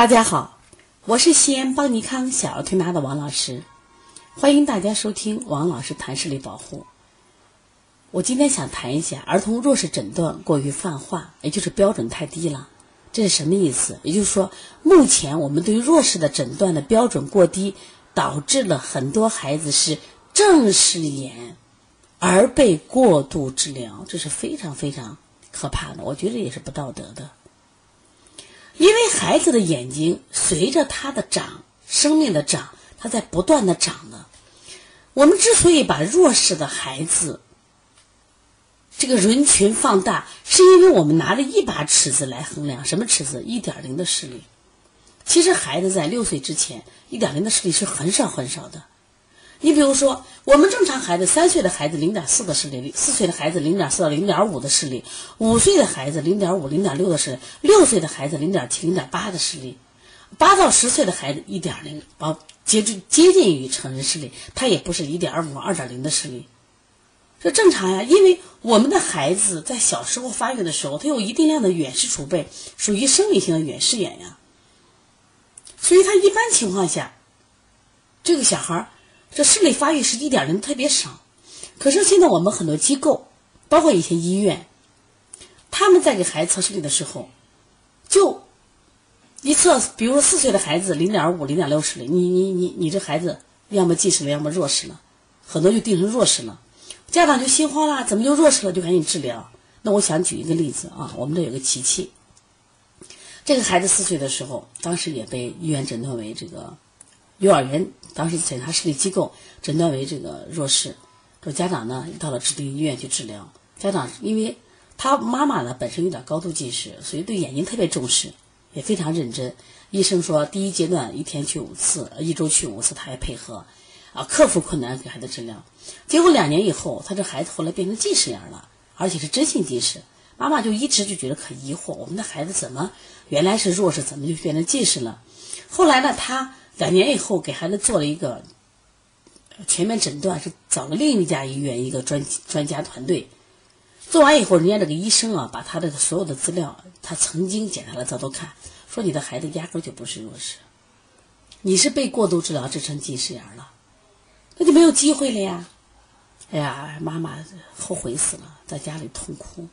大家好，我是西安邦尼康小儿推拿的王老师，欢迎大家收听王老师谈视力保护。我今天想谈一下儿童弱视诊断过于泛化，也就是标准太低了。这是什么意思？也就是说，目前我们对于弱视的诊断的标准过低，导致了很多孩子是正视眼而被过度治疗，这是非常非常可怕的，我觉得也是不道德的。因为孩子的眼睛随着他的长，生命的长，他在不断的长的。我们之所以把弱视的孩子这个人群放大，是因为我们拿着一把尺子来衡量。什么尺子？ 1.0 的视力。其实孩子在6岁之前 1.0 的视力是很少很少的。你比如说，我们正常孩子3岁的孩子 0.4 的视力，4岁的孩子 0.4 到 0.5 的视力，5岁的孩子 0.5 0.6 的视力，6岁的孩子 0.7 0.8 的视力，8到10岁的孩子 1.0， 接近于成人视力，他也不是 1.5 2.0 的视力。这正常呀，因为我们的孩子在小时候发育的时候，他有一定量的远视储备，属于生理性的远视眼呀，所以他一般情况下，这个小孩这视力发育是 1.0 特别少。可是现在我们很多机构，包括一些医院，他们在给孩子测视力的时候，就一测，比如说4岁的孩子 0.5 0.6 视力，你这孩子要么近视了，要么弱视了，很多就定成弱视了。家长就心慌了，怎么就弱视了，就赶紧治疗。那我想举一个例子啊，我们这有个琪琪，这个孩子4岁的时候，当时也被医院诊断为这个幼儿园，当时检查视力机构诊断为这个弱视。这家长呢到了指定医院去治疗，家长因为他妈妈呢本身有点高度近视，所以对眼睛特别重视，也非常认真。医生说第一阶段1天去5次，1周去5次，他也配合克服困难给孩子治疗。结果2年以后，他这孩子后来变成近视眼了，而且是真性近视。妈妈就一直就觉得可疑惑，我们的孩子怎么原来是弱视，怎么就变成近视了？后来呢，他2年以后给孩子做了一个全面诊断，是找了另一家医院一个专家团队做完以后，人家这个医生把他的所有的资料，他曾经检查了他都看，说你的孩子压根就不是弱视，你是被过度治疗治成近视眼了，那就没有机会了呀。哎呀，妈妈后悔死了，在家里痛哭。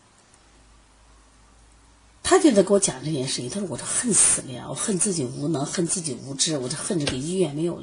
他就在给我讲这件事情，他说我这恨死了呀，我恨自己无能，恨自己无知，我这恨这个医院没有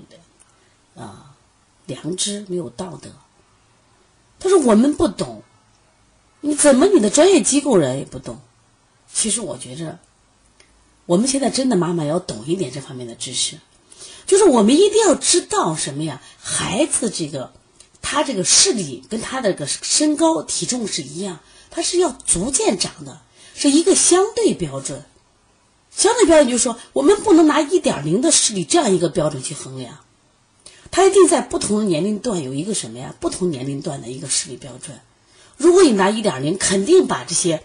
良知，没有道德。他说我们不懂，你的专业机构人也不懂。其实我觉着我们现在真的妈妈要懂一点这方面的知识，就是我们一定要知道什么呀，孩子他这个视力跟他的这个身高体重是一样，他是要逐渐长的，是一个相对标准。相对标准就是说，我们不能拿 1.0 的视力这样一个标准去衡量，他一定在不同的年龄段有一个什么呀，不同年龄段的一个视力标准。如果你拿 1.0， 肯定把这些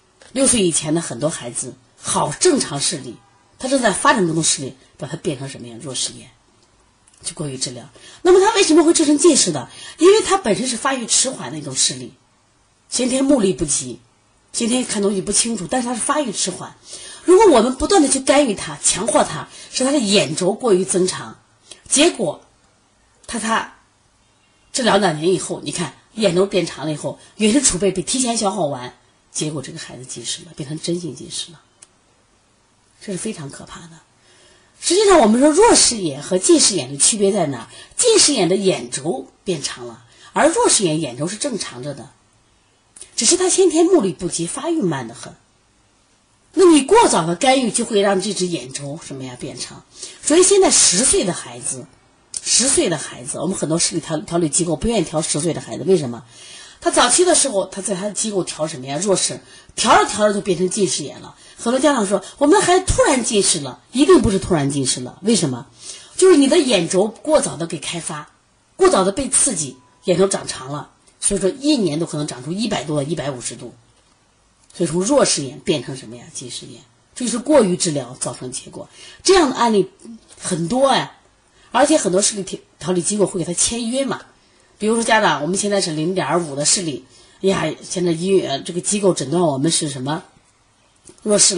6岁以前的很多孩子好正常视力，他正在发展中的视力，把它变成什么呀，弱视眼，就过于治疗。那么他为什么会治成近视的？因为他本身是发育迟缓的一种视力，先天目力不及，先天看东西不清楚，但是他是发育迟缓。如果我们不断的去干预他，强化他，使他的眼轴过于增长，结果他治疗2年以后，你看眼轴变长了以后，远视储备被提前消耗完，结果这个孩子近视了，变成真性近视了，这是非常可怕的。实际上我们说弱视眼和近视眼的区别在哪？近视眼的眼轴变长了，而弱视眼眼轴是正常着的，只是他先天目力不及，发育慢得很。那你过早的干预就会让这只眼轴什么呀变长。所以现在10岁的孩子，我们很多视力调理机构不愿意调10岁的孩子，为什么？他早期的时候，他在他的机构调什么呀？弱视，调着调着就变成近视眼了。很多家长说，我们的孩子突然近视了，一定不是突然近视了。为什么？就是你的眼轴过早的给开发，过早的被刺激，眼轴长长了，所以说1年都可能长出100多150度。所以从弱视眼变成什么呀？近视眼，这就是过于治疗造成结果。这样的案例很多呀，而且很多视力调理机构会给他签约嘛。比如说家长，我们现在是 0.5 的视力，哎呀，现在医院这个机构诊断我们是什么弱视了，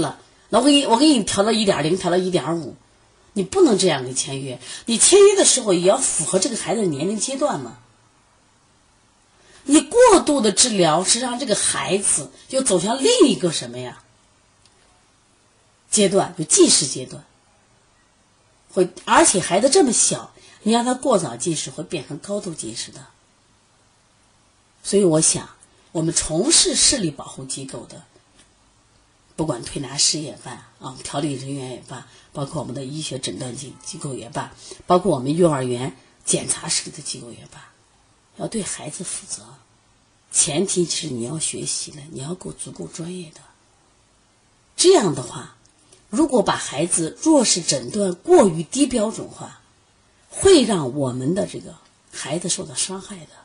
那我给你调到1.0，调到1.5，你不能这样给签约。你签约的时候也要符合这个孩子的年龄阶段嘛。你过度的治疗是让这个孩子就走向另一个什么呀阶段，就近视阶段，而且孩子这么小，你让他过早近视会变成高度近视的。所以我想，我们从事视力保护机构的，不管推拿师也罢调理人员也罢，包括我们的医学诊断机构也罢，包括我们幼儿园检查视力的机构也罢，要对孩子负责。前提是你要学习了，你要足够专业的。这样的话，如果把孩子弱视诊断过于低标准化，会让我们的这个孩子受到伤害的。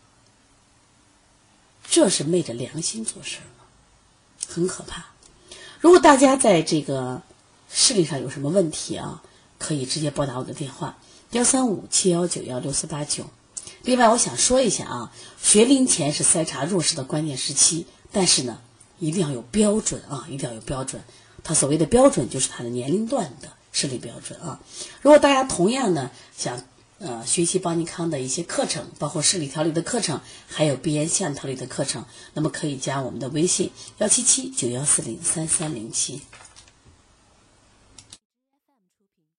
这是昧着良心做事了，很可怕。如果大家在这个视力上有什么问题可以直接拨打我的电话13571916489。另外我想说一下学龄前是筛查弱视的关键时期，但是呢一定要有标准一定要有标准。它所谓的标准就是它的年龄段的视力标准如果大家同样呢想学习邦尼康的一些课程，包括视力调理的课程，还有鼻炎项调理的课程，那么可以加我们的微信17791403307。